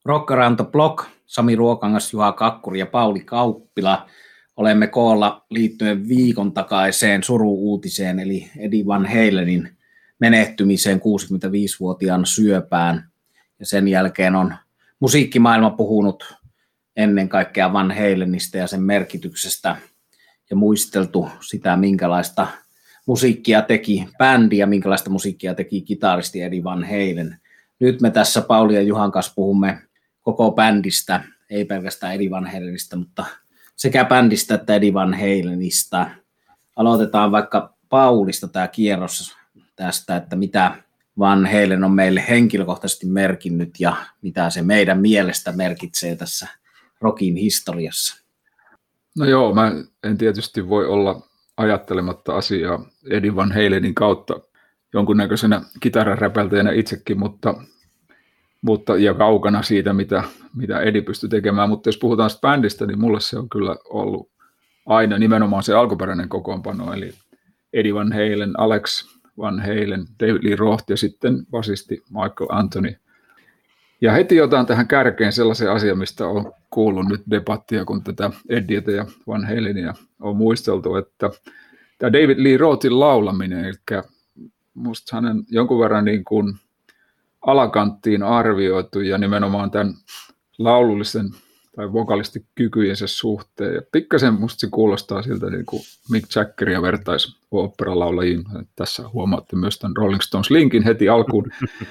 Rockaranto Blog, Sami Ruokangas, Juha Kakkuri ja Pauli Kauppila. Olemme koolla liittyen viikon takaiseen suru-uutiseen, eli Eddie Van Halenin menehtymiseen 65-vuotiaan syöpään. Ja sen jälkeen on musiikkimaailma puhunut ennen kaikkea Van Halenista ja sen merkityksestä ja muisteltu sitä, minkälaista musiikkia teki bändi ja minkälaista musiikkia teki kitaristi Eddie Van Halen. Nyt me tässä Pauli ja Juhan kanssa puhumme koko bändistä, ei pelkästään Eddie Van Halenista, mutta sekä bändistä että Eddie Van Halenista. Aloitetaan vaikka Paulista tämä kierros tästä, että mitä Van Halen on meille henkilökohtaisesti merkinnyt ja mitä se meidän mielestä merkitsee tässä rockin historiassa. No joo, mä en tietysti voi olla ajattelematta asiaa Eddie Van Halenin kautta jonkunnäköisenä kitararäpältäjänä itsekin, mutta ja kaukana siitä, mitä Eddie pystyi tekemään. Mutta jos puhutaan sitä bändistä, niin mulle se on kyllä ollut aina nimenomaan se alkuperäinen kokoonpano, eli Eddie Van Halen, Alex Van Halen, David Lee Roth ja sitten basisti Michael Anthony. Ja heti otan tähän kärkeen sellaisen asian, mistä olen kuullut nyt debattia, kun tätä Eddietä ja Van Halenia on muisteltu, että tämä David Lee Rothin laulaminen, eli musta hänen jonkun verran niin kuin alakanttiin arvioitu ja nimenomaan tämän laulullisen tai vokalistikykyjensä suhteen. Ja pikkasen musta se kuulostaa siltä niin kuin Mick Jaggeria vertaisi oopperalaulajiin. Tässä huomaatte myös tämän Rolling Stones linkin heti alkuun.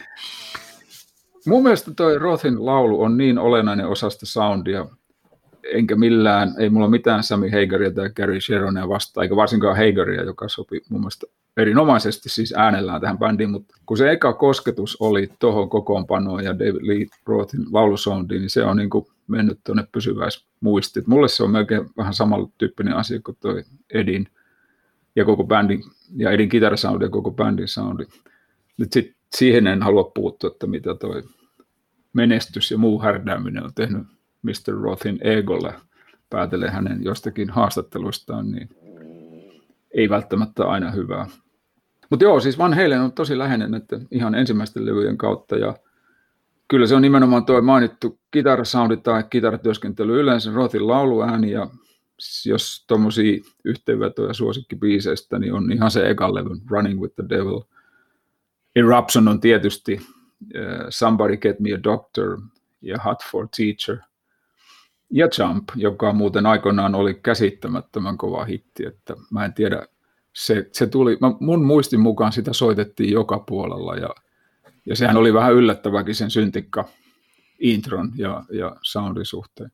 Mun mielestä toi Rothin laulu on niin olennainen osa sitä soundia, enkä millään, ei mulla mitään Sammy Hagaria tai Gary Sharonia vastaan, eikä varsinkaan Hagaria, joka sopi mun mielestä erinomaisesti siis äänellään tähän bändiin, mutta kun se eka kosketus oli tuohon kokoonpanoon ja David Lee Rothin laulusoundiin, niin se on niin kuin mennyt tuonne pysyväismuistiin. Mulle se on melkein vähän samalla tyyppinen asia kuin toi Edin ja koko bändin, ja Edin kitarasoundi ja koko bändin soundi. Nyt sit siihen en halua puuttua, että mitä toi menestys ja muu härdääminen on tehnyt Mr. Rothin egolle, päätelee hänen jostakin haastatteluistaan, niin ei välttämättä aina hyvää. Mutta joo, siis Van Halen on tosi läheinen että ihan ensimmäisten levyjen kautta, ja kyllä se on nimenomaan tuo mainittu kitarasoundi tai kitaratyöskentely, yleensä Rothin lauluääni, ja jos tuommoisia yhteenvetoja suosikkibiiseistä, niin on ihan se ekan levyn Running with the Devil. Eruption on tietysti Somebody Get Me a Doctor ja Hot for Teacher. Ja Jump, joka muuten aikoinaan oli käsittämättömän kova hitti, että mä en tiedä, se tuli, mun muistin mukaan sitä soitettiin joka puolella ja sehän oli vähän yllättäväkin sen syntikka intron ja soundin suhteen.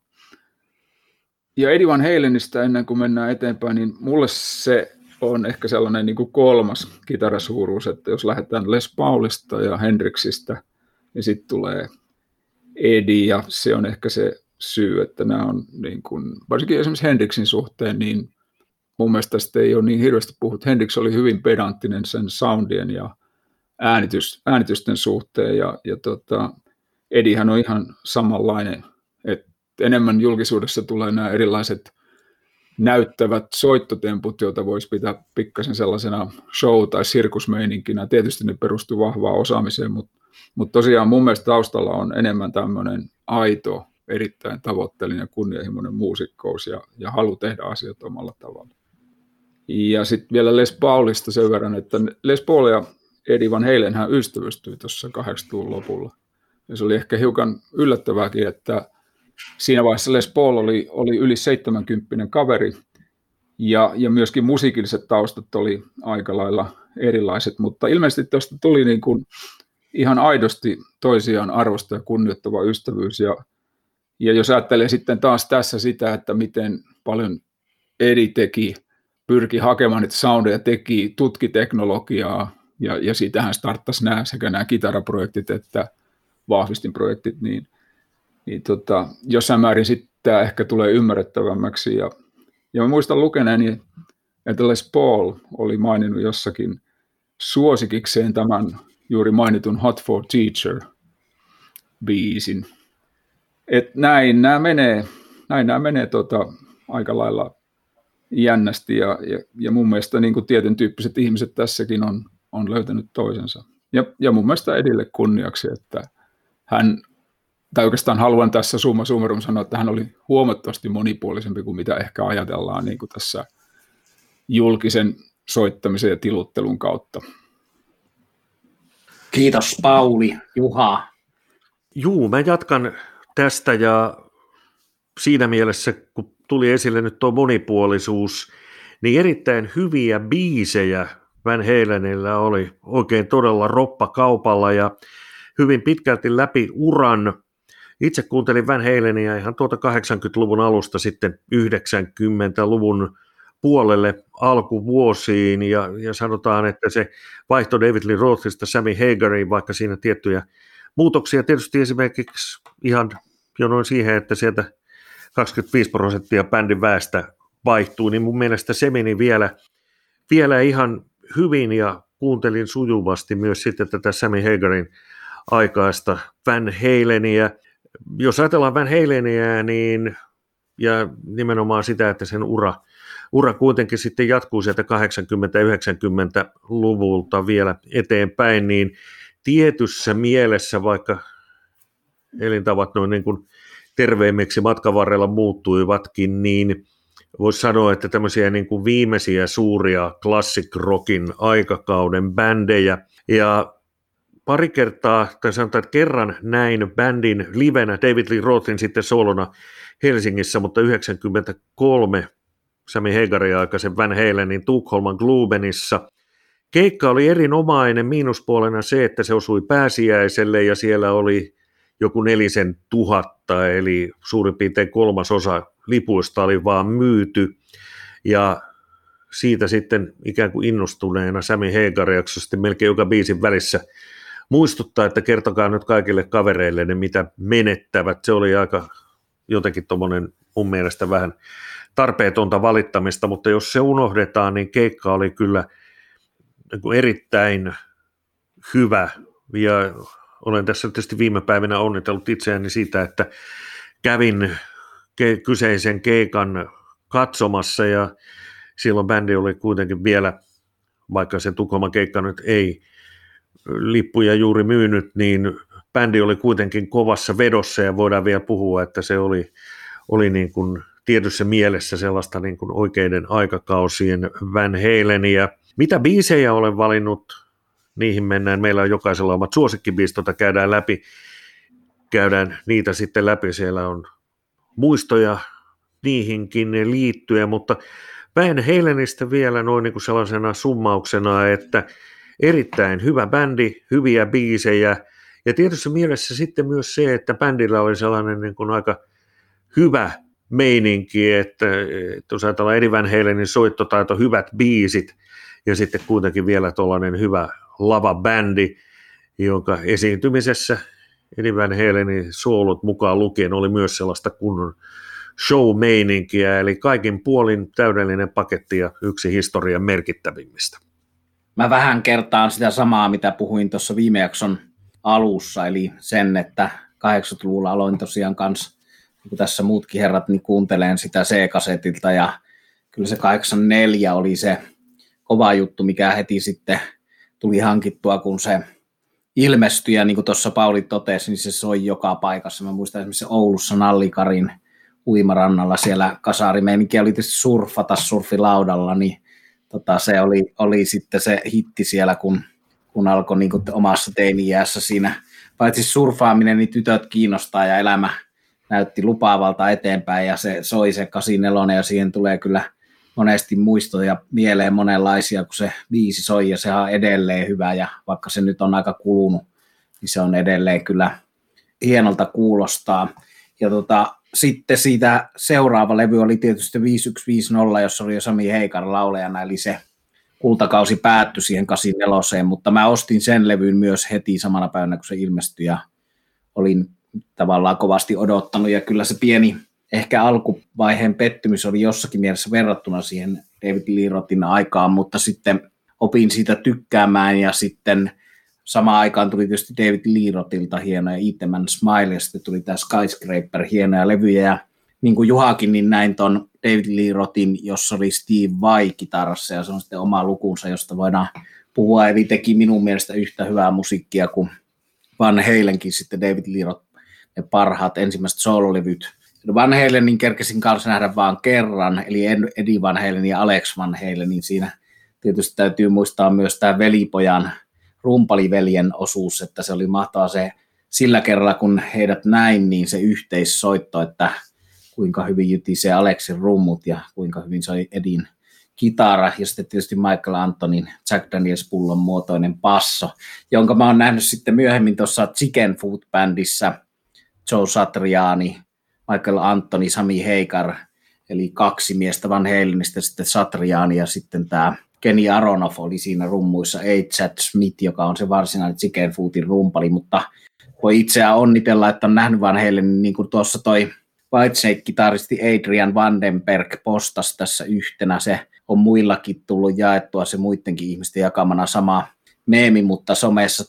Ja Eddie Van Halenista ennen kuin mennään eteenpäin, niin mulle se on ehkä sellainen niin kuin kolmas kitarasuuruus, että jos lähdetään Les Paulista ja Hendrixistä, niin sitten tulee Eddie ja se on ehkä se syy, että nämä on niin kuin, varsinkin esimerkiksi Hendrixin suhteen, niin mun mielestä tästä ei ole niin hirveästi puhuttu. Hendrix oli hyvin pedanttinen sen soundien ja äänitysten suhteen ja Eddiehän on ihan samanlainen, että enemmän julkisuudessa tulee nämä erilaiset näyttävät soittotemput, joita voisi pitää pikkasen sellaisena show- tai sirkusmeininkinä. Tietysti ne perustuu vahvaan osaamiseen, mutta tosiaan mun mielestä taustalla on enemmän tämmöinen aito, erittäin tavoitteellinen ja kunnianhimoinen muusikkous ja halu tehdä asiat omalla tavalla. Ja sitten vielä Les Paulista sen verran, että Les Paul ja Eddie Van Halen hän ystävystyi tuossa 80-luvun lopulla. Ja se oli ehkä hiukan yllättävääkin, että siinä vaiheessa Les Paul oli yli 70 kaveri ja myöskin musiikilliset taustat oli aika lailla erilaiset, mutta ilmeisesti tuosta tuli niin kuin ihan aidosti toisiaan arvosta ja kunnioittava ystävyys ja jos ajattelee sitten taas tässä sitä, että miten paljon Eddie pyrki hakemaan niitä soundeja, tutki teknologiaa ja siitähän starttasi sekä nämä kitaraprojektit että vahvistinprojektit, niin jossain määrin sitten tämä ehkä tulee ymmärrettävämmäksi. Ja mä muistan lukeneeni, että Les Paul oli maininnut jossakin suosikikseen tämän juuri mainitun Hot for Teacher-biisin. Että näin nämä menee aika lailla jännästi ja mun mielestä niin kuin tietyn tyyppiset ihmiset tässäkin on löytänyt toisensa. Ja mun mielestä Edille kunniaksi, että hän tai oikeastaan haluan tässä summa summarum sanoa, että hän oli huomattavasti monipuolisempi kuin mitä ehkä ajatellaan niin kuin tässä julkisen soittamisen ja tiluttelun kautta. Kiitos Pauli. Juha. Juu, mä jatkan tästä ja siinä mielessä, kun tuli esille nyt tuo monipuolisuus, niin erittäin hyviä biisejä Van Halenilla oli oikein todella roppakaupalla ja hyvin pitkälti läpi uran. Itse kuuntelin Van Halenia ihan tuota 80-luvun alusta sitten 90-luvun puolelle alkuvuosiin ja sanotaan, että se vaihto David Lee Rothista Sammy Hagariin, vaikka siinä tiettyjä muutoksia tietysti esimerkiksi ihan jo noin siihen, että sieltä 25% bändin väestä vaihtuu, niin mun mielestä se meni vielä ihan hyvin ja kuuntelin sujuvasti myös sitten tätä Sammy Hagarin aikaista Van Halenia. Jos ajatellaan Van Halenia, niin ja nimenomaan sitä, että sen ura kuitenkin sitten jatkuu sieltä 80-90-luvulta vielä eteenpäin, niin tietyssä mielessä, vaikka elintavat noin niin kuin terveemmiksi matkan varrella muuttuivatkin, niin voisi sanoa, että tämmöisiä niin kuin viimeisiä suuria classic rockin aikakauden bändejä. Ja pari kertaa, tai sanotaan, että kerran näin bändin livenä David Lee Rothin sitten solona Helsingissä, mutta 93 Sammy Hagarin aikaisen Van Halenin Tukholman Globenissa. Keikka oli erinomainen, miinuspuolena se, että se osui pääsiäiselle ja siellä oli joku 4,000, eli suurin piirtein 1/3 lipuista oli vaan myyty. Ja siitä sitten ikään kuin innostuneena Sammy Hagar jakso sitten melkein joka biisin välissä muistuttaa, että kertokaa nyt kaikille kavereille ne, mitä menettävät. Se oli aika jotenkin tuommoinen mun mielestä vähän tarpeetonta valittamista, mutta jos se unohdetaan, niin keikka oli kyllä erittäin hyvä. Ja olen tässä tietysti viime päivinä onnitellut itseäni siitä, että kävin kyseisen keikan katsomassa ja silloin bändi oli kuitenkin vielä, vaikka se Tukholman keikka nyt ei lippuja juuri myynyt, niin bändi oli kuitenkin kovassa vedossa ja voidaan vielä puhua, että se oli niin kuin tietyssä mielessä sellaista niin kuin oikeiden aikakausien Van Halenia. Mitä biisejä olen valinnut, niihin mennään. Meillä on jokaisella omat suosikkibiisit, joita käydään niitä sitten läpi. Siellä on muistoja niihinkin liittyen, mutta Van Halenista vielä noin niin kuin sellaisena summauksena, että erittäin hyvä bändi, hyviä biisejä ja tietyssä mielessä sitten myös se, että bändillä oli sellainen niin kuin aika hyvä meininki, että jos ajatellaan Eddie Van Halenin soittotaito, hyvät biisit ja sitten kuitenkin vielä tuollainen hyvä lava-bändi, jonka esiintymisessä Eddie Van Halenin soolot mukaan lukien oli myös sellaista kunnon show-meininkiä, eli kaikin puolin täydellinen paketti ja yksi historian merkittävimmistä. Mä vähän kertaan sitä samaa, mitä puhuin tuossa viime jakson alussa, eli sen, että 80-luvulla aloin tosiaan kanssa, kun tässä muutkin herrat, niin kuuntelen sitä C-kasetilta, ja kyllä se 84 oli se kova juttu, mikä heti sitten tuli hankittua, kun se ilmestyi, ja niin kuin tuossa Pauli totesi, niin se soi joka paikassa. Mä muistan esimerkiksi Oulussa Nallikarin uimarannalla siellä kasarimeininki oli tietysti surfata surfilaudalla, niin se oli sitten se hitti siellä, kun alkoi niin kuin omassa teini-iässä siinä. Paitsi surfaaminen, niin tytöt kiinnostaa ja elämä näytti lupaavalta eteenpäin ja se soi se 84 ja siihen tulee kyllä monesti muistoja mieleen monenlaisia, kun se biisi soi ja sehän on edelleen hyvä ja vaikka se nyt on aika kulunut, niin se on edelleen kyllä hienolta kuulostaa. Ja sitten siitä seuraava levy oli tietysti 5150, jossa oli jo Sammy Hagar laulajana, eli se kultakausi päättyi siihen 84, mutta mä ostin sen levyn myös heti samana päivänä, kun se ilmestyi ja olin tavallaan kovasti odottanut ja kyllä se pieni ehkä alkuvaiheen pettymys oli jossakin mielessä verrattuna siihen David Lee Rothin aikaan, mutta sitten opin siitä tykkäämään ja sitten samaan aikaan tuli tietysti David Lee Rothilta hienoja Eat Them and Smile ja sitten tuli tämä Skyscraper hienoja levyjä ja niin kuin Juhakin, niin näin ton David Lee Rothin, jossa oli Steve Vai kitarassa ja se on sitten oma lukunsa, josta voidaan puhua, eli teki minun mielestä yhtä hyvää musiikkia kuin Van Halenkin sitten David Lee Roth ne parhaat ensimmäiset soololevyt. Van Halenin kerkesin kanssa nähdä vaan kerran, eli Eddie Van Halen ja Alex Van Halenin. Siinä tietysti täytyy muistaa myös tämä velipojan rumpaliveljen osuus, että se oli mahtavaa se sillä kerralla, kun heidät näin, niin se yhteissoitto, että kuinka hyvin jytisee Alexin rummut ja kuinka hyvin soi Edin kitara, ja sitten tietysti Michael Antonin Jack Daniels pullon muotoinen basso, jonka mä oon nähnyt sitten myöhemmin tuossa Chicken Food Bandissä, Joe Satriani, Michael Anthony, Sammy Hagar, eli 2 miestä Van Halenista, sitten Satriani ja sitten tämä Kenny Aronoff oli siinä rummuissa, Chad Smith, joka on se varsinainen Chicken Foodin rumpali, mutta voi itseään onnitella, että on nähnyt Van Halenin, niin kuin tuossa toi Whitesnake-kitaristi Adrian Vandenberg postasi tässä yhtenä, se on muillakin tullut jaettua, se muidenkin ihmisten jakamana sama meemi, mutta somessa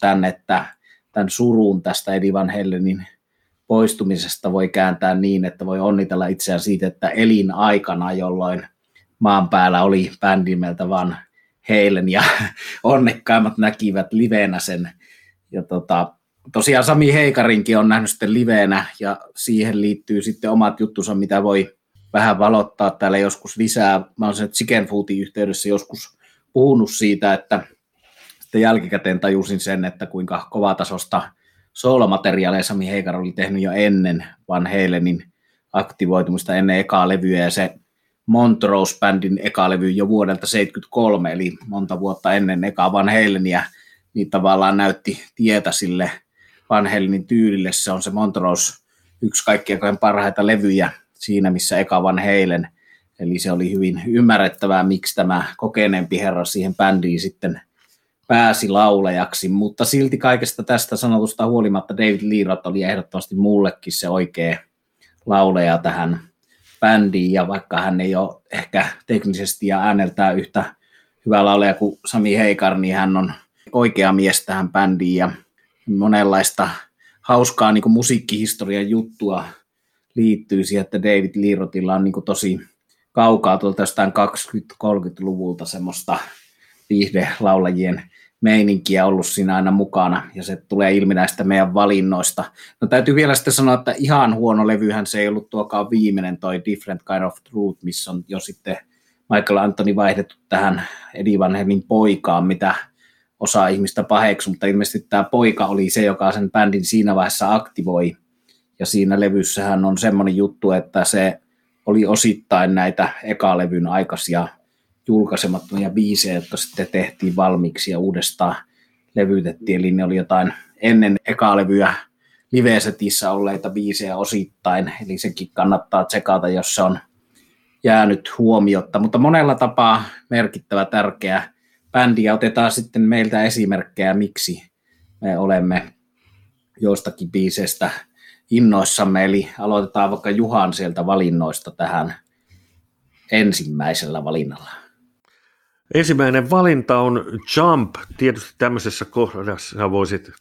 tämän surun tästä Eddie Van Halenin poistumisesta voi kääntää niin, että voi onnitella itseään siitä, että elin aikana, jolloin maan päällä oli bändi nimeltä Van Halen ja onnekkaimmat näkivät livenä sen. Ja tosiaan Sammy Hagarinkin on nähnyt sitten livenä ja siihen liittyy sitten omat juttunsa, mitä voi vähän valottaa täällä joskus lisää. Mä olen sen Chicken Foodin yhteydessä joskus puhunut siitä, että sitten jälkikäteen tajusin sen, että kuinka kovatasosta soolomateriaalia Sammy Hagar oli tehnyt jo ennen Van Halenin aktivoitumista, ennen ekaa levyä, ja se Montrose-bändin eka levy jo vuodelta 1973, eli monta vuotta ennen ekaa Van Halenia, niin tavallaan näytti tietä sille Van Halenin tyylille. Se on se Montrose yksi kaikkien parhaita levyjä siinä, missä eka Van Halen, eli se oli hyvin ymmärrettävää, miksi tämä kokeneempi herra siihen bändiin sitten pääsi laulajaksi, mutta silti kaikesta tästä sanotusta huolimatta David Lee Roth oli ehdottomasti mullekin se oikea laulaja tähän bändiin, ja vaikka hän ei ole ehkä teknisesti ja ääneltään yhtä hyvä laulaja kuin Sammy Hagar, niin hän on oikea mies tähän bändiin, ja monenlaista hauskaa niin kuin musiikkihistorian juttua liittyy siihen, että David Lee Rothilla on niin kuin tosi kaukaa tuolta jostain 20-30-luvulta semmoista viihdelaulajien meininkiä ollut siinä aina mukana, ja se tulee ilmi näistä meidän valinnoista. No täytyy vielä sitten sanoa, että ihan huono levyhän se ei ollut tuokaan viimeinen, toi Different Kind of Truth, missä on jo sitten Michael Anthony vaihdettu tähän Eddie Van Halenin poikaan, mitä osa ihmistä paheksu, mutta ilmeisesti tämä poika oli se, joka sen bändin siinä vaiheessa aktivoi, ja siinä levyssähän on semmoinen juttu, että se oli osittain näitä ekalevyn aikaisia julkaisemattomia biisejä, jotka sitten tehtiin valmiiksi ja uudestaan levytettiin, eli ne oli jotain ennen ekalevyä live-setissä olleita biisejä osittain, eli sekin kannattaa tsekata, jos se on jäänyt huomiotta, mutta monella tapaa merkittävä, tärkeä bändi, ja otetaan sitten meiltä esimerkkejä, miksi me olemme joistakin biiseistä innoissamme, eli aloitetaan vaikka Juhan sieltä valinnoista tähän ensimmäisellä valinnalla. Ensimmäinen valinta on Jump. Tietysti tämmöisessä kohdassa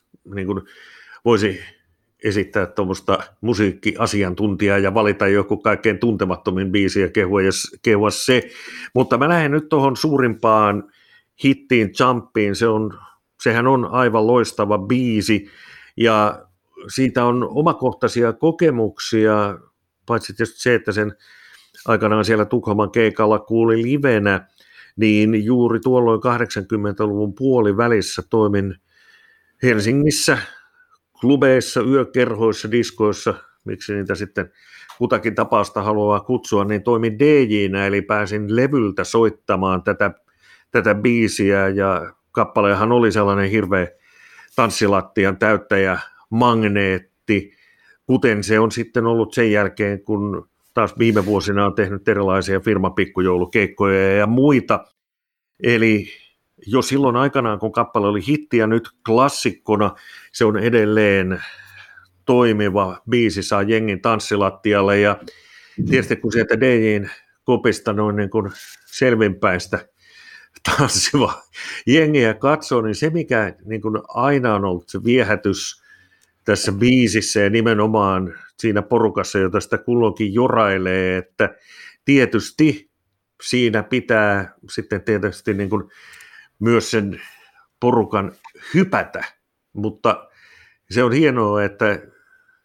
voisi esittää tuommoista musiikkiasiantuntijaa ja valita joku kaikkein tuntemattomin biisi ja kehua se. Mutta mä lähden nyt tuohon suurimpaan hittiin Jumpiin. Sehän on aivan loistava biisi ja siitä on omakohtaisia kokemuksia, paitsi tietysti se, että sen aikanaan siellä Tukholman keikalla kuuli livenä, niin juuri tuolloin 80-luvun puolivälissä toimin Helsingissä klubeissa, yökerhoissa, diskoissa, miksi niitä sitten kutakin tapausta haluaa kutsua, niin toimin DJ:nä, eli pääsin levyltä soittamaan tätä biisiä, ja kappalehan oli sellainen hirveä tanssilattian täyttäjä magneetti, kuten se on sitten ollut sen jälkeen, kun taas viime vuosina on tehnyt erilaisia firmapikkujoulukeikkoja ja muita. Eli jo silloin aikanaan, kun kappale oli hitti ja nyt klassikkona, se on edelleen toimiva biisi, saa jengin tanssilattialle. Ja tietysti kun sieltä DJ:n kopista noin niin kuin selvinpäistä tanssiva jengiä katsoo, niin se mikä niin kuin aina on ollut se viehätys tässä biisissä ja nimenomaan siinä porukassa, jota sitä kulloinkin jorailee, että tietysti siinä pitää sitten tietysti niin kuin myös sen porukan hypätä, mutta se on hienoa, että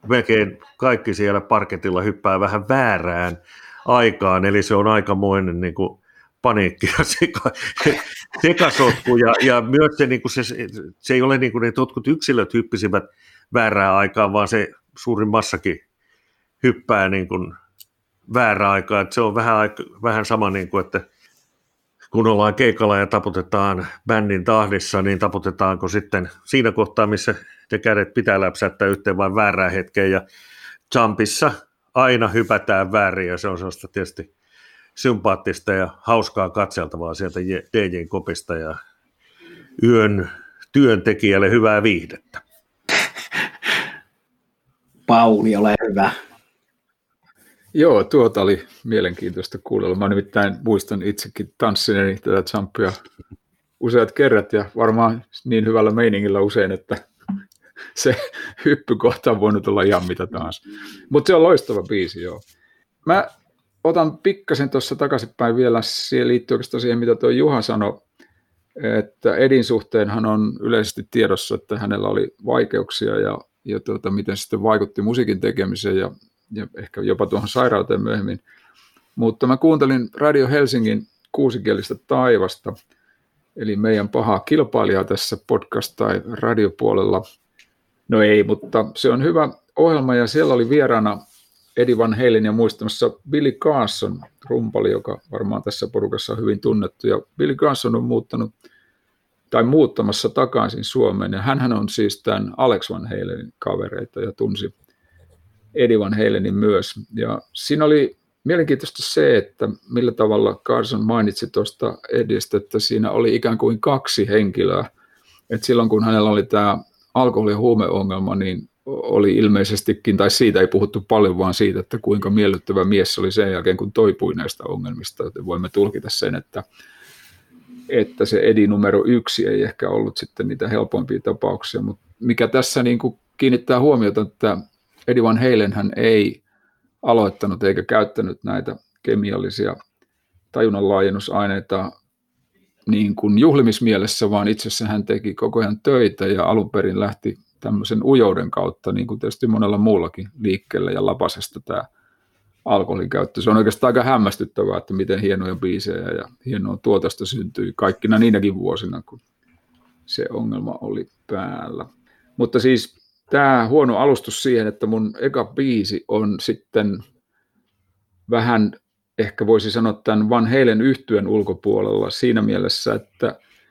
melkein kaikki siellä parketilla hyppää vähän väärään aikaan, eli se on aikamoinen niin kuin paniikki ja sekasotku, ja myös se, niin kuin se ei ole niin kuin ne jotkut yksilöt hyppisivät väärään aikaan, vaan se suurin massakin hyppää niin kuin väärään aikaan, että se on vähän sama niin kuin, että kun ollaan keikalla ja taputetaan bändin tahdissa, niin taputetaanko sitten siinä kohtaa, missä ne kädet pitää läpsäyttää yhteen vain väärään hetkeen, ja jumpissa aina hypätään väärin, ja se on sellaista tietysti sympaattista ja hauskaa katseltavaa sieltä DJ:n kopista, ja yön työntekijälle hyvää viihdettä. Pauli, ole hyvä. Joo, tuota oli mielenkiintoista kuunnella. Mä nimittäin muistan itsekin tanssineeni tätä jumpia useat kerrat ja varmaan niin hyvällä meiningillä usein, että se hyppykohta on voinut olla ihan mitä tahansa. Mutta se on loistava biisi, joo. Mä otan pikkasen tuossa takaisinpäin vielä, siihen liittyy oikeastaan siihen, mitä tuo Juha sanoi, että Edin suhteenhan on yleisesti tiedossa, että hänellä oli vaikeuksia ja miten se sitten vaikutti musiikin tekemiseen ja ehkä jopa tuohon sairauteen myöhemmin. Mutta mä kuuntelin Radio Helsingin kuusikielistä taivasta, eli meidän pahaa kilpailijaa tässä podcast- tai radiopuolella. No ei, mutta se on hyvä ohjelma ja siellä oli vieraana Eddie Van Halen ja muistamassa Billy Carson, rumpali, joka varmaan tässä porukassa on hyvin tunnettu. Ja Billy Carson on muuttamassa takaisin Suomeen ja hänhän on siis tämän Alex Van Halenin kavereita ja tunsi Eddie Van Halenin myös. Ja siinä oli mielenkiintoista se, että millä tavalla Carson mainitsi tuosta Eddiestä, että siinä oli ikään kuin kaksi henkilöä. Et silloin kun hänellä oli tämä alkoholi- ja huumeongelma, niin oli ilmeisestikin, tai siitä ei puhuttu paljon, vaan siitä, että kuinka miellyttävä mies oli sen jälkeen, kun toipui näistä ongelmista. Joten voimme tulkita sen, että se Eddie numero 1 ei ehkä ollut sitten niitä helpompia tapauksia. Mutta mikä tässä niin kuin kiinnittää huomiota, että Eddie Van Halen hän ei aloittanut eikä käyttänyt näitä kemiallisia tajunnanlaajennusaineita niin kuin juhlimismielessä, vaan itse asiassa hän teki koko ajan töitä ja alun perin lähti tämmöisen ujouden kautta, niin kuin tietysti monella muullakin liikkeellä ja lapasesta tämä alkoholin käyttö. Se on oikeastaan aika hämmästyttävää, että miten hienoja biisejä ja hienoa tuotosta syntyi kaikkina niinäkin vuosina, kun se ongelma oli päällä. Mutta siis tämä huono alustus siihen, että mun eka biisi on sitten vähän, ehkä voisi sanoa tämän Van Halen yhtyeen ulkopuolella siinä mielessä, että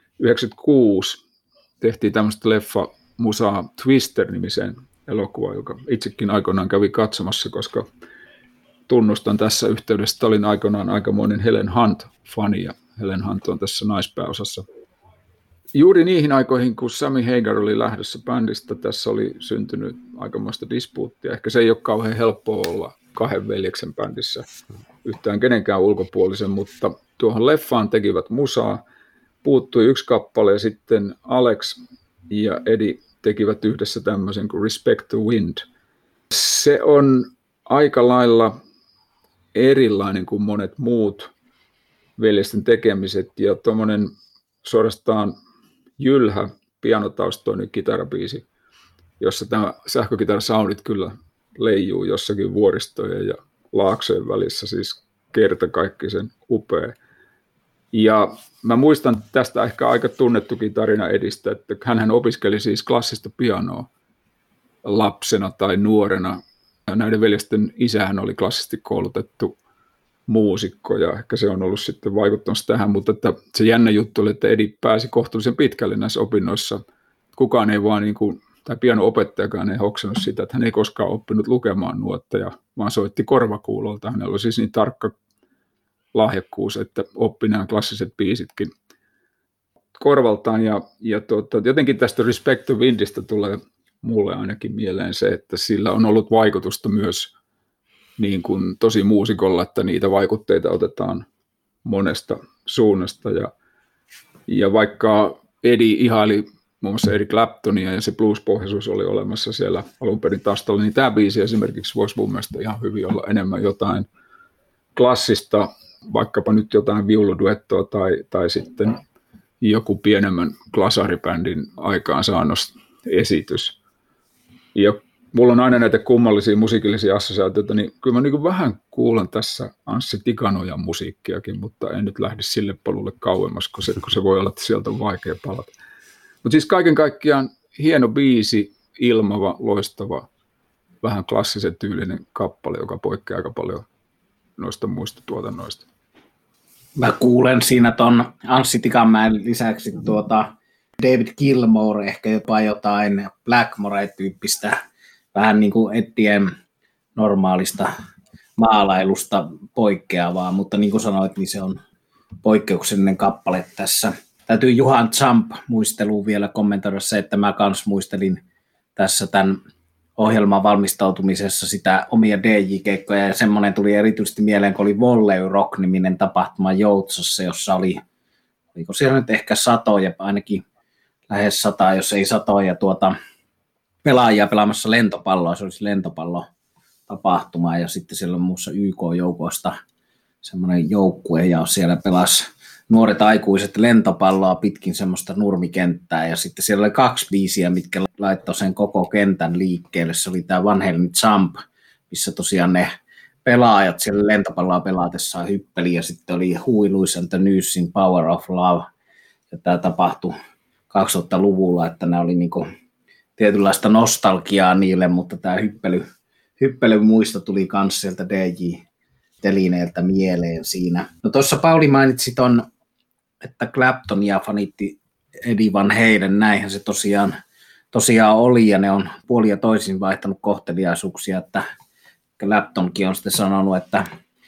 1996 tehtiin tämmöistä leffa-musaa Twister-nimiseen elokuvaan, joka itsekin aikoinaan kävi katsomassa, koska tunnustan tässä yhteydessä, että olin aikoinaan aikamoinen Helen Hunt-fani ja Helen Hunt on tässä naispääosassa. Juuri niihin aikoihin, kun Sammy Hagar oli lähdössä bändistä, tässä oli syntynyt aikamoista dispuuttia. Ehkä se ei ole kauhean helppoa olla kahden veljeksen bändissä yhtään kenenkään ulkopuolisen, mutta tuohon leffaan tekivät musaa. Puuttui yksi kappale ja sitten Alex ja Eddie tekivät yhdessä tämmöisen kuin Respect the Wind. Se on aika lailla erilainen kuin monet muut veljesten tekemiset ja tuommoinen suorastaan jylhä pianotaustoinen kitarabiisi, jossa tämä sähkökitarasoundit kyllä leijuu jossakin vuoristojen ja laaksojen välissä, siis kertakaikkisen upea. Ja mä muistan tästä ehkä aika tunnettukin tarina Edistä, että hänhän opiskeli siis klassista pianoa lapsena tai nuorena. Ja näiden veljesten isähän oli klassisesti koulutettu muusikko ja ehkä se on ollut sitten vaikuttanut tähän, mutta että se jännä juttu oli, että Eddie pääsi kohtuullisen pitkälle näissä opinnoissa. Kukaan ei vaan, niin kuin, tai piano-opettajakaan ei hoksannut sitä, että hän ei koskaan oppinut lukemaan nuotteja, vaan soitti korvakuulolta. Hänellä oli siis niin tarkka lahjakkuus, että oppi nämä klassiset biisitkin korvaltaan. Ja jotenkin tästä Respect the Windistä tulee mulle ainakin mieleen se, että sillä on ollut vaikutusta myös niin kuin tosi muusikolla, että niitä vaikutteita otetaan monesta suunnasta. Ja vaikka Eddie ihaili muun muassa Eric Claptonia ja se blues-pohjaisuus oli olemassa siellä alun perin taustalla, niin tämä biisi esimerkiksi voisi mun mielestä ihan hyvin olla enemmän jotain klassista, vaikkapa nyt jotain viuluduettoa tai sitten joku pienemmän glasaribändin aikaansaannos esitys. Ja mulla on aina näitä kummallisia musiikillisia assosiaatioita, niin kyllä mä niin vähän kuulen tässä Anssi Tikanojan musiikkiakin, mutta en nyt lähde sille polulle kauemmas, kun se voi olla, että sieltä on vaikea palata. Mutta siis kaiken kaikkiaan hieno biisi, ilmava, loistava, vähän klassisen tyylinen kappale, joka poikkeaa aika paljon noista muista tuotannoista. Mä kuulen siinä ton Anssi Tikanmäen lisäksi David Gilmour, ehkä jopa jotain Blackmore-tyyppistä, vähän niin kuin Ettien normaalista maalailusta poikkeavaa, mutta niin kuin sanoit, niin se on poikkeuksellinen kappale tässä. Täytyy Juhan Champ muisteluun vielä kommentoida se, että mä kans muistelin tässä tämän ohjelman valmistautumisessa sitä omia DJ-keikkoja, ja semmoinen tuli erityisesti mieleen, kun oli Volley Rock-niminen tapahtuma Joutsassa, jossa oliko siellä nyt ehkä satoja, ainakin lähes 100, jos ei satoja pelaajia pelaamassa lentopalloa, se olisi lentopallotapahtuma, ja sitten siellä on muussa YK-joukoista semmoinen joukkue, ja siellä pelasi nuoret aikuiset lentopalloa pitkin semmoista nurmikenttää, ja sitten siellä oli 2 biisiä, mitkä laittoi sen koko kentän liikkeelle. Se oli tämä Van Halen Jump, missä tosiaan ne pelaajat siellä lentopalloa pelaatessaan hyppeli, ja sitten oli Huey Lewis and the Newsin Power of Love, ja tämä tapahtui 2000-luvulla, että nämä oli niinku tietynlaista nostalgiaa niille, mutta tämä hyppelymuisto tuli myös sieltä DJ-telineeltä mieleen siinä. No tuossa Pauli mainitsi että Claptonia fanitti Eddie Van Halen, näinhän se tosiaan oli, ja ne on puolin ja toisin vaihtanut kohteliaisuuksia, että Claptonkin on sitten sanonut, että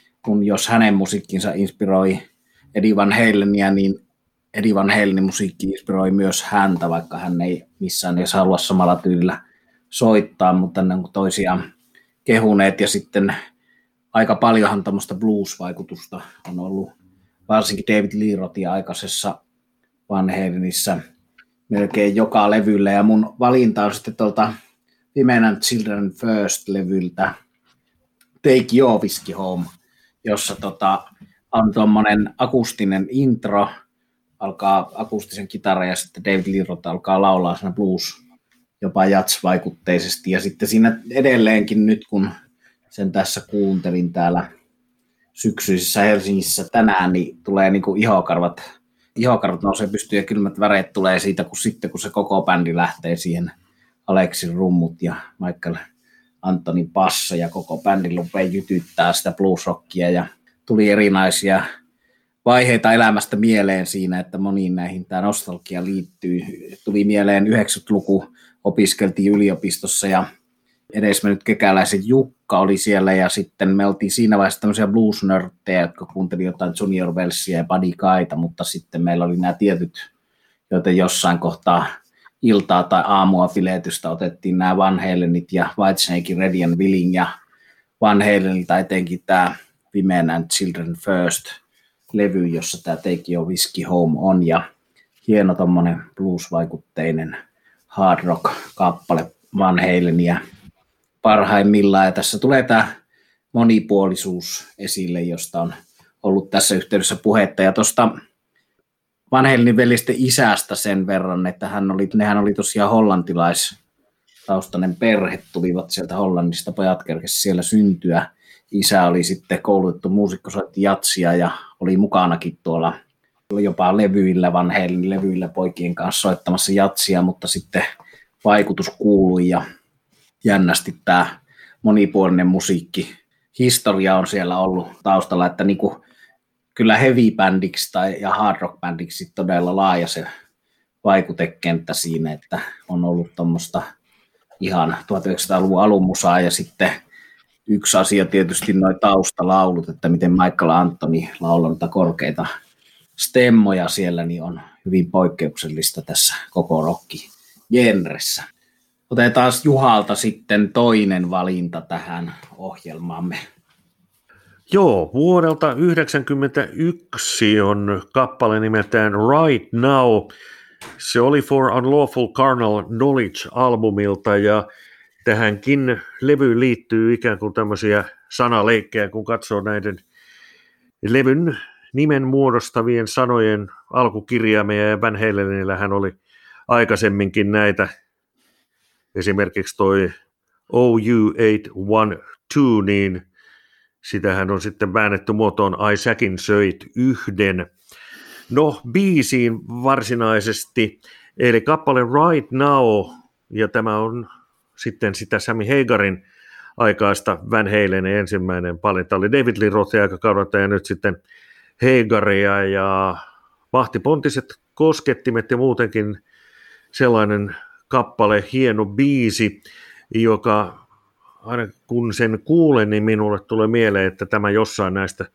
jos hänen musiikkinsa inspiroi Eddie Van Halenia, niin Eddie Van Halenin musiikki inspiroi myös häntä, vaikka hän ei missään edes halua samalla tyylillä soittaa, mutta ne on toisiaan kehuneet, ja sitten aika paljonhan tämmöistä blues-vaikutusta on ollut, varsinkin David Lee Rothin aikaisessa Van Halenissa melkein joka levyllä, ja mun valinta on sitten tuolta Women and Children First-levyltä Take Your Whiskey Home, jossa on tuommoinen akustinen intro, alkaa akustisen kitaran, ja sitten David Lee Roth alkaa laulaa siinä blues, jopa jazz-vaikutteisesti, ja sitten siinä edelleenkin nyt, kun sen tässä kuuntelin täällä syksyisessä Helsingissä tänään, niin tulee niin kuin ihokarvat nousee pystyyn ja kylmät väreet tulee siitä, kun se koko bändi lähtee siihen, Aleksin rummut ja Michael Antonin bassa ja koko bändin rupeaa jytyttää sitä bluesrockia, ja tuli erinäisiä vaiheita elämästä mieleen siinä, että moniin näihin tämä nostalgia liittyy. Tuli mieleen 90-luku, opiskeltiin yliopistossa ja edesmennyt kekäläisen Jukka oli siellä, ja sitten me oltiin siinä vaiheessa tämmöisiä blues-nörttejä, jotka kuunteli jotain Junior Wellsia ja Buddy Guyta, mutta sitten meillä oli nämä tietyt, joita jossain kohtaa iltaa tai aamua fileetystä otettiin nämä Van Halenit ja Whitesnakein Ready and Willing, ja Van Halenilta etenkin tämä Women and Children First -levy, jossa tämä Take Your Whiskey Home on, ja hieno tommonen blues-vaikutteinen hard rock-kappale Van Halenia parhaimmillaan, ja tässä tulee tämä monipuolisuus esille, josta on ollut tässä yhteydessä puhetta, ja tuosta Van Halenin velisten isästä sen verran, että nehän oli tosiaan hollantilaistaustainen perhe, tulivat sieltä Hollannista, pojat kerkesi siellä syntyä. Isä oli sitten koulutettu muusikko, soitti jatsia ja oli mukanakin tuolla jopa levyillä, Van Halenin levyillä poikien kanssa soittamassa jatsia, mutta sitten vaikutus kuului, ja jännästi tämä monipuolinen musiikkihistoria on siellä ollut taustalla, että niinku kyllä heavy-bändiksi ja hard rock-bändiksi todella laaja se vaikutekenttä siinä, että on ollut tuommoista ihan 1900-luvun alun musaa, ja sitten yksi asia tietysti nuo taustalaulut, että miten Michael Anthony laulaa korkeita stemmoja siellä, niin on hyvin poikkeuksellista tässä koko rock-genressä. Otetaan Juhalta sitten toinen valinta tähän ohjelmaamme. Joo, vuodelta 1991 on kappale nimeltään Right Now. Se oli For Unlawful Carnal Knowledge-albumilta, ja tähänkin levyyn liittyy ikään kuin tämmöisiä sanaleikkejä, kun katsoo näiden levyn nimen muodostavien sanojen alkukirjaimeja, ja Van Halenillähän oli aikaisemminkin näitä, esimerkiksi toi OU812, niin sitähän on sitten väännetty muotoon I Säkin söit yhden. No, biisiin varsinaisesti, eli kappale Right Now, ja tämä on sitten sitä Sammy Hagarin aikaista Van Halenin ensimmäinen valinta, oli David Lee Roth aikakaudelta ja nyt sitten Hagaria ja mahtipontiset koskettimet ja muutenkin sellainen kappale, hieno biisi, joka aina kun sen kuulen, niin minulle tulee mieleen, että tämä jossain näistä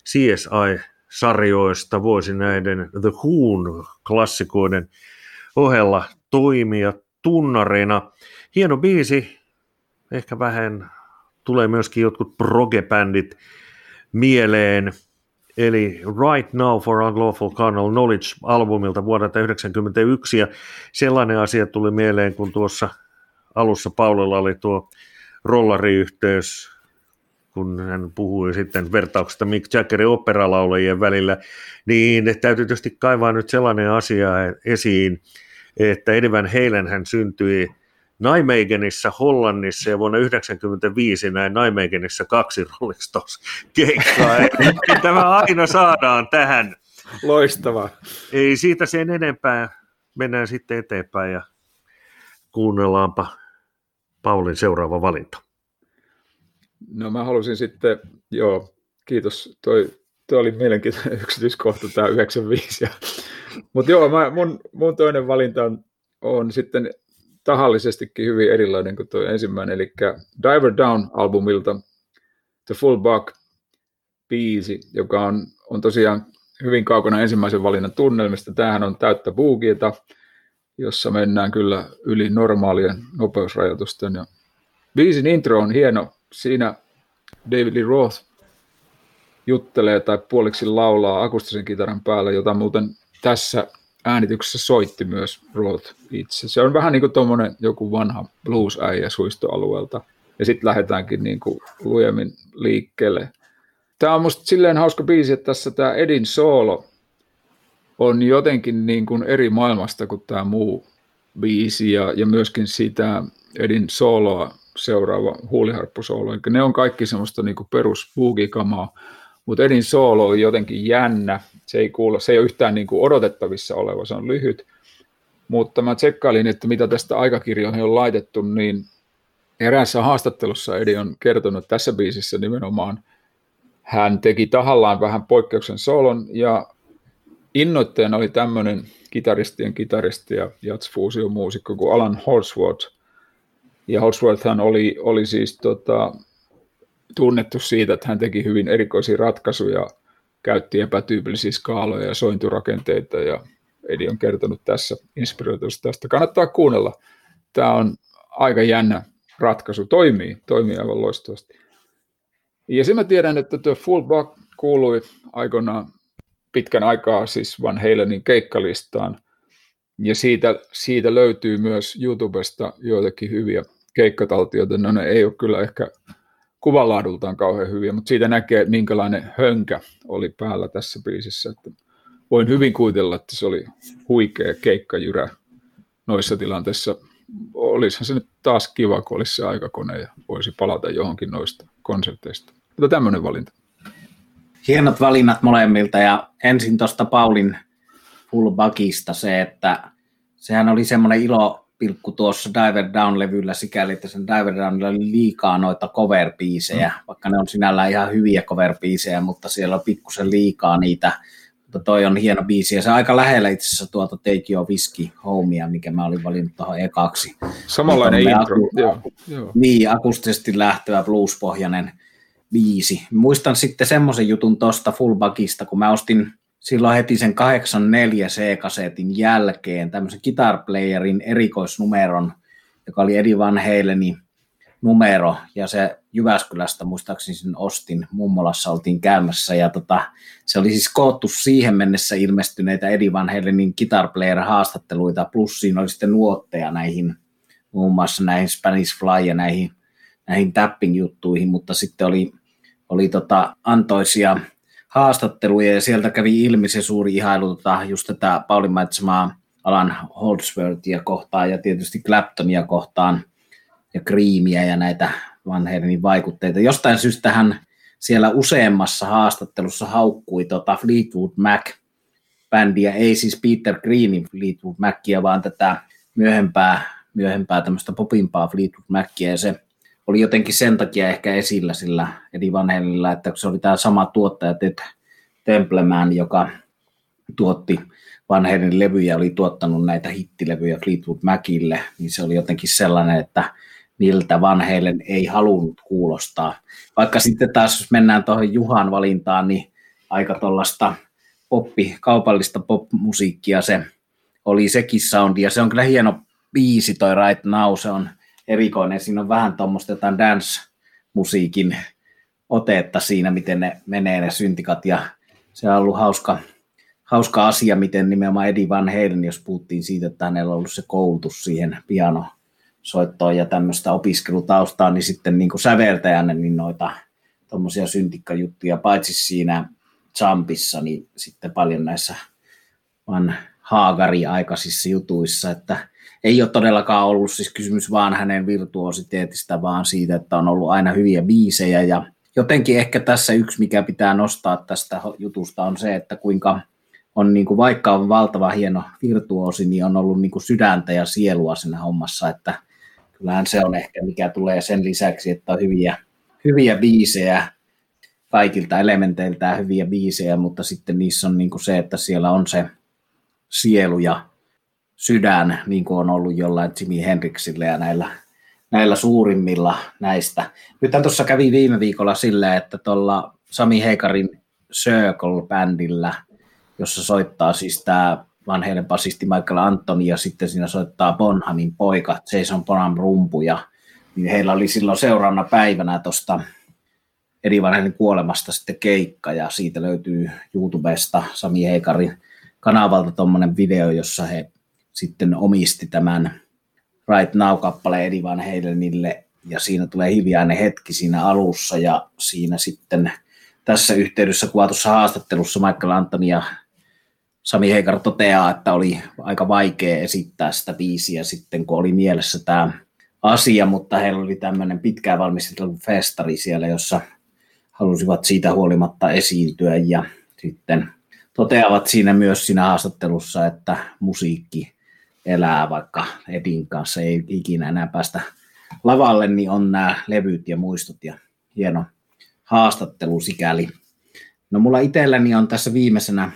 CSI-sarjoista voisi näiden The Who'n-klassikoiden ohella toimia tunnarina. Hieno biisi, ehkä vähän tulee myöskin jotkut proge-bändit mieleen, eli Right Now for Unlawful Carnal Knowledge-albumilta vuodelta 1991, ja sellainen asia tuli mieleen, kun tuossa alussa Paulilla oli tuo rollariyhteys, kun hän puhui sitten vertauksesta Mick Jaggerin operalaulajien välillä, niin täytyy tietysti kaivaa nyt sellainen asia esiin, että Eddie Van Halen hän syntyi Nijmegenissa, Hollannissa, ja vuonna 1995 näin Nijmegenissa 2 Rolling Stones-keikkaa. Tämä aina saadaan tähän. Loistavaa. Ei siitä sen enempää. Mennään sitten eteenpäin ja kuunnellaanpa Paulin seuraava valinta. No mä halusin sitten, kiitos, toi oli mielenkiintoinen yksityiskohta tämä 95. Mutta mun toinen valinta on sitten tahallisestikin hyvin erilainen kuin tuo ensimmäinen, eli Diver Down-albumilta The Full Buck-biisi, joka on tosiaan hyvin kaukana ensimmäisen valinnan tunnelmista. Tämähän on täyttä boogieta, jossa mennään kyllä yli normaalien nopeusrajoitusten. Ja biisin intro on hieno. Siinä David Lee Roth juttelee tai puoliksi laulaa akustisen kitaran päällä, jota muuten tässä äänityksessä soitti myös Roth itse. Se on vähän niin kuin tuommoinen joku vanha blues-äijä suistoalueelta. Ja sitten lähdetäänkin niin kuin lujemmin liikkeelle. Tämä on musta silleen hauska biisi, että tässä tämä Edin soolo on jotenkin niin kuin eri maailmasta kuin tämä muu biisi ja myöskin sitä Edin sooloa seuraava huuliharppusoolo. Eli ne on kaikki semmoista niin kuin perus boogie-kamaa, mutta Edin soolo on jotenkin jännä. Se ei ole yhtään niin kuin odotettavissa oleva, se on lyhyt. Mutta mä tsekkailin, että mitä tästä aikakirjoihin on laitettu, niin eräässä haastattelussa Edi on kertonut, että tässä biisissä nimenomaan hän teki tahallaan vähän poikkeuksen soolon, ja innoitteena oli tämmöinen kitaristien kitaristi ja jazz-fuusiomuusikko kuin Alan Holdsworth. Ja Holdsworthhan oli siis tunnettu siitä, että hän teki hyvin erikoisia ratkaisuja, käytti epätyypillisiä skaaloja ja sointurakenteita, ja Edi on kertonut tässä inspiroitusta tästä. Kannattaa kuunnella. Tämä on aika jännä ratkaisu. Toimii aivan loistavasti. Ja sen mä tiedän, että tuo Full Buck kuului aikoinaan pitkän aikaa siis Van Halenin keikkalistaan. Ja siitä löytyy myös YouTubesta joitakin hyviä keikkataltioita. No ne ei ole kyllä ehkä kuvanlaadultaan kauhean hyviä, mutta siitä näkee, minkälainen hönkä oli päällä tässä biisissä. Että voin hyvin kuvitella, että se oli huikea keikkajyrä noissa tilanteissa. Olisihan se nyt taas kiva, kun olisi se aikakone ja voisi palata johonkin noista konserteista. Mutta tämmöinen valinta. Hienot valinnat molemmilta, ja ensin tuosta Paulin Full Buckista se, että sehän oli semmoinen ilopilkku tuossa Diver Down-levyllä sikäli, että sen Diver Downilla oli liikaa noita cover-biisejä, vaikka ne on sinällään ihan hyviä cover-biisejä, mutta siellä on pikkusen liikaa niitä. Mutta toi on hieno biisi, ja se on aika lähellä itse asiassa tuota Take Your Whiskey Homea, mikä mä olin valinnut tuohon ekaksi. Samanlainen intro. Joo. Niin, akustisesti lähtevä bluespohjainen biisi. Muistan sitten semmoisen jutun tuosta Full Buckista, kun mä ostin silloin heti sen 84 C-kasetin jälkeen tämmöisen Guitar Playerin erikoisnumeron, joka oli Eddie Van Halenin numero, ja se Jyväskylästä muistaakseni sen ostin, mummolassa oltiin käymässä, ja se oli siis koottu siihen mennessä ilmestyneitä Eddie Van Halenin Guitar Player haastatteluita, plus siinä oli sitten nuotteja näihin, muun muassa näihin Spanish Fly ja näihin tapping-juttuihin, mutta sitten oli antoisia haastatteluja, ja sieltä kävi ilmi se suuri ihailu just tätä Paulin mainitsemaa Alan Holdsworthia kohtaan ja tietysti Claptonia kohtaan. ja Creamia ja näitä Van Halenin vaikutteita. Jostain syystä hän siellä useammassa haastattelussa haukkui Fleetwood Mac-bändiä, ei siis Peter Greenin Fleetwood Macia, vaan tätä myöhempää tämmöistä popimpaa Fleetwood Macia, ja se oli jotenkin sen takia ehkä esillä sillä Eddie Van Halenilla, että se oli tämä sama tuottaja Ted Templeman, joka tuotti Van Halenin levyjä, oli tuottanut näitä hittilevyjä Fleetwood Macille, niin se oli jotenkin sellainen, että miltä Van Halen ei halunnut kuulostaa. Vaikka sitten taas, jos mennään tuohon Juhan valintaan, niin aika tuollaista kaupallista pop-musiikkia se oli sekin soundi, ja se on kyllä hieno biisi toi Right Now, se on erikoinen, siinä on vähän tuommoista jotain dance-musiikin otetta siinä, miten ne menee ne syntikat, ja se on ollut hauska asia, miten nimenomaan Eddie Van Halen, jos puhuttiin siitä, että hänellä on ollut se koulutus siihen pianosoittoon ja tämmöistä opiskelutaustaa, niin sitten niin kuin säveltäjänä niin noita tuommoisia syntikkajuttuja, paitsi siinä Jumpissa, niin sitten paljon näissä Van Haagari-aikaisissa jutuissa, että ei ole todellakaan ollut siis kysymys vaan hänen virtuositeetista, vaan siitä, että on ollut aina hyviä biisejä, ja jotenkin ehkä tässä yksi, mikä pitää nostaa tästä jutusta, on se, että kuinka on, niin kuin, vaikka on valtava hieno virtuosi, niin on ollut niin kuin sydäntä ja sielua siinä hommassa, että kyllähän se on ehkä, mikä tulee sen lisäksi, että on hyviä biisejä, kaikilta elementeiltään hyviä biisejä, mutta sitten niissä on niin kuin se, että siellä on se sielu ja sydän, niin kuin on ollut jollain Jimi Hendrixillä ja näillä suurimmilla näistä. Nythän tuossa kävi viime viikolla silleen, että tuolla Sammy Hagarin Circle-bändillä, jossa soittaa siis tämä Van Halen basisti Michael Anthony ja sitten siinä soittaa Bonhamin poika Jason Bonham rumpuja, niin heillä oli silloin seuraavana päivänä tuosta Eddie Van Halen kuolemasta sitten keikka, ja siitä löytyy YouTubesta Sammy Hagarin kanavalta tuommoinen video, jossa he sitten omisti tämän Right Now-kappaleen Eddie Van Halenille, ja siinä tulee hiljainen hetki siinä alussa, ja siinä sitten tässä yhteydessä kuvatussa haastattelussa Michael Anthony ja Sammy Hagar toteaa, että oli aika vaikea esittää sitä biisiä sitten, kun oli mielessä tämä asia, mutta heillä oli tämmöinen pitkään valmisteltu festari siellä, jossa halusivat siitä huolimatta esiintyä, ja sitten toteavat siinä myös siinä haastattelussa, että musiikki elää, vaikka Edin kanssa ei ikinä enää päästä lavalle, niin on nämä levyt ja muistot, ja hieno haastattelu sikäli. No mulla itselläni on tässä viimeisenä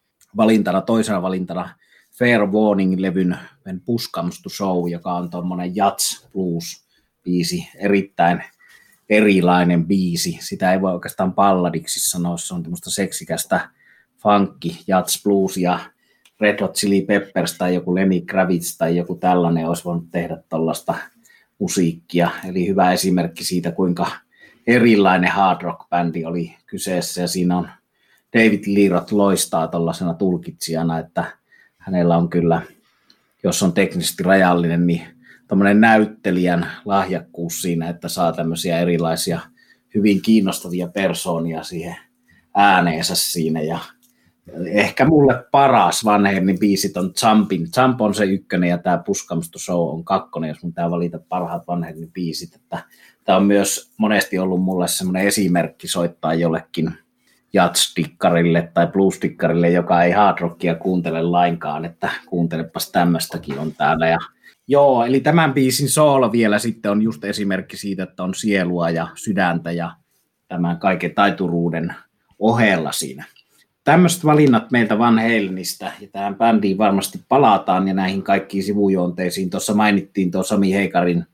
toisena valintana Fair Warning-levyn Push Comes to Show, joka on tuommoinen jazz blues biisi, erittäin erilainen biisi. Sitä ei voi oikeastaan balladiksi sanoa, se on tämmöistä seksikästä funky, jazz blues, ja Red Hot Chili Peppers tai joku Lenny Kravitz tai joku tällainen olisi voinut tehdä tuollaista musiikkia. Eli hyvä esimerkki siitä, kuinka erilainen hard rock-bändi oli kyseessä, ja siinä on David Lee Roth loistaa tuollaisena tulkitsijana, että hänellä on kyllä, jos on teknisesti rajallinen, niin tämmöinen näyttelijän lahjakkuus siinä, että saa tämmöisiä erilaisia hyvin kiinnostavia persoonia siihen ääneensä siinä, ja ehkä mulle paras Van Halenin biisit on Jump on se ykkönen, ja tämä Push Comes to Show on kakkonen, jos mun pitää valita parhaat Van Halenin biisit. Tämä on myös monesti ollut mulle semmoinen esimerkki soittaa jollekin jazz-dikkarille tai blues-dikkarille, joka ei hard rockia kuuntele lainkaan, että kuuntelepas tämmöistäkin on täällä. Ja joo, eli tämän biisin soolo vielä sitten on just esimerkki siitä, että on sielua ja sydäntä ja tämän kaiken taituruuden ohella siinä. Tämmöiset valinnat meiltä Van Halenista, ja tähän bändiin varmasti palataan ja näihin kaikkiin sivujuonteisiin. Tuossa mainittiin tuo Sammy Hagarin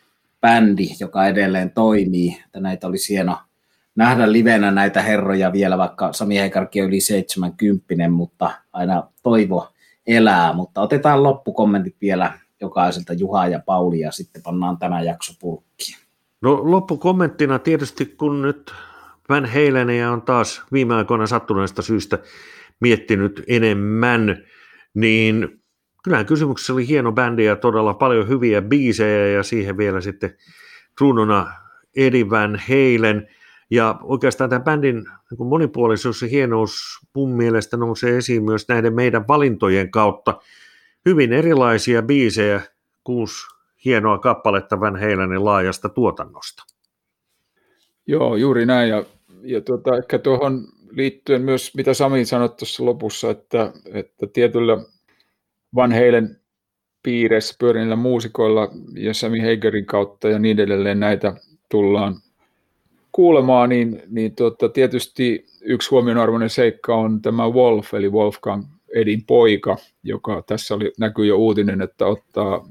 bändi, joka edelleen toimii, että näitä olisi hieno nähdä livenä näitä herroja vielä, vaikka Sammy Hagarkin on yli 70, mutta aina toivo elää. Mutta otetaan loppukommentit vielä jokaiselta, Juha ja Pauli, ja sitten pannaan tämä jakso purkkiin. No loppukommenttina tietysti, kun nyt Van Halenia on taas viime aikoina sattuneesta syystä miettinyt enemmän, niin kyllähän kysymyksessä oli hieno bändi ja todella paljon hyviä biisejä, ja siihen vielä sitten kruununa Eddie Van Halen. Ja oikeastaan tämän bändin monipuolisuus ja hienous mun mielestä nousee esiin myös näiden meidän valintojen kautta. Hyvin erilaisia biisejä, 6 hienoa kappaletta Van Halenin laajasta tuotannosta. Joo, juuri näin. Ja ehkä tuohon liittyen myös, mitä Sami sanoi tuossa lopussa, että tietyllä Van Halen piireissä pyörineillä muusikoilla ja Sammy Hagarin kautta ja niin edelleen näitä tullaan kuulemaan, niin tietysti yksi huomionarvoinen seikka on tämä Wolf, eli Wolfgang Edin poika, joka tässä näkyy jo uutinen, että ottaa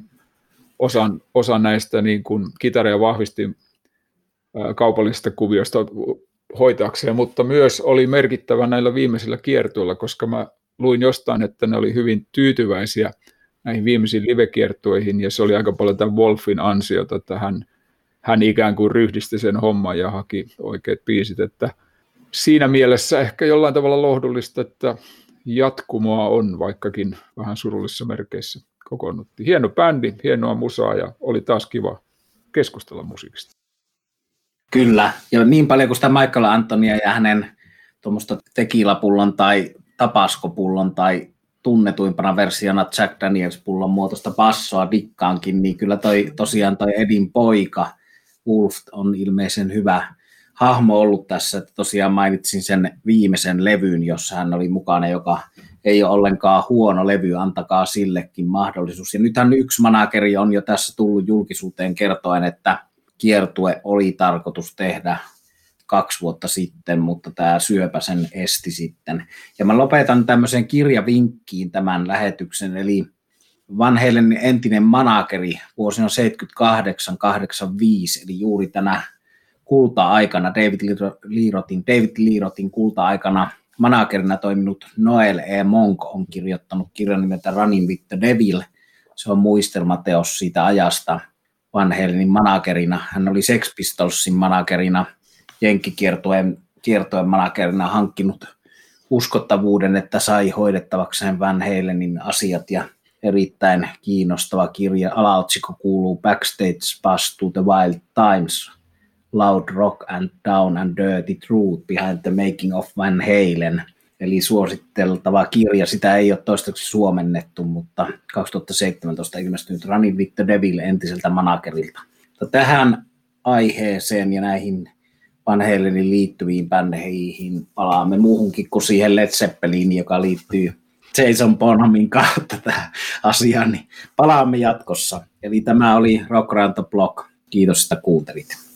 osan näistä niin kuin kitara- ja vahvistin kaupallisista kuvioista hoitaakseen, mutta myös oli merkittävä näillä viimeisillä kiertueilla, koska mä luin jostain, että ne oli hyvin tyytyväisiä näihin viimeisiin live-kiertueihin, ja se oli aika paljon tämän Wolfin ansiota, että hän ikään kuin ryhdisti sen homman ja haki oikeat biisit, että siinä mielessä ehkä jollain tavalla lohdullista, että jatkumoa on, vaikkakin vähän surullisissa merkeissä kokoonnuttiin. Hieno bändi, hienoa musaa ja oli taas kiva keskustella musiikista. Kyllä, ja niin paljon kuin sitä Michael Antonia ja hänen tuommoista tekilapullon tai tapaskopullon tai tunnetuimpana versiona Jack Daniels-pullon muotoista bassoa dikkaankin, niin kyllä tosiaan toi Edin poika Wolf on ilmeisen hyvä hahmo ollut tässä, että tosiaan mainitsin sen viimeisen levyn, jossa hän oli mukana, joka ei ole ollenkaan huono levy, antakaa sillekin mahdollisuus. Ja nythän yksi manageri on jo tässä tullut julkisuuteen kertoen, että kiertue oli tarkoitus tehdä 2 vuotta sitten, mutta tämä syöpä sen esti sitten. Ja mä lopetan tämmöisen kirjavinkkiin tämän lähetyksen, eli Van Halenin entinen manageri vuosina 78-85, eli juuri tänä kulta-aikana, David Lee Rothin kulta-aikana managerina toiminut Noel E. Monk on kirjoittanut kirjan nimeltä Running with the Devil. Se on muistelmateos siitä ajasta Van Halenin managerina. Hän oli Sex Pistolsin managerina, jenkkikiertojen managerina hankkinut uskottavuuden, että sai hoidettavakseen Van Halenin asiat, ja erittäin kiinnostava kirja. Alaotsikko kuuluu Backstage Pass to the Wild Times, Loud Rock and Down and Dirty Truth Behind the Making of Van Halen. Eli suositteltava kirja, sitä ei ole toistaiseksi suomennettu, mutta 2017 ilmestynyt Running with the Devil entiseltä managerilta. Tähän aiheeseen ja näihin Van Halenin liittyviin bändeihin palaamme muuhunkin kuin siihen Led Zeppeliniin, joka liittyy Jason Bonhamin kautta tähän asiaan, niin palaamme jatkossa. Eli tämä oli Rock Around the Block. Kiitos, että kuuntelit.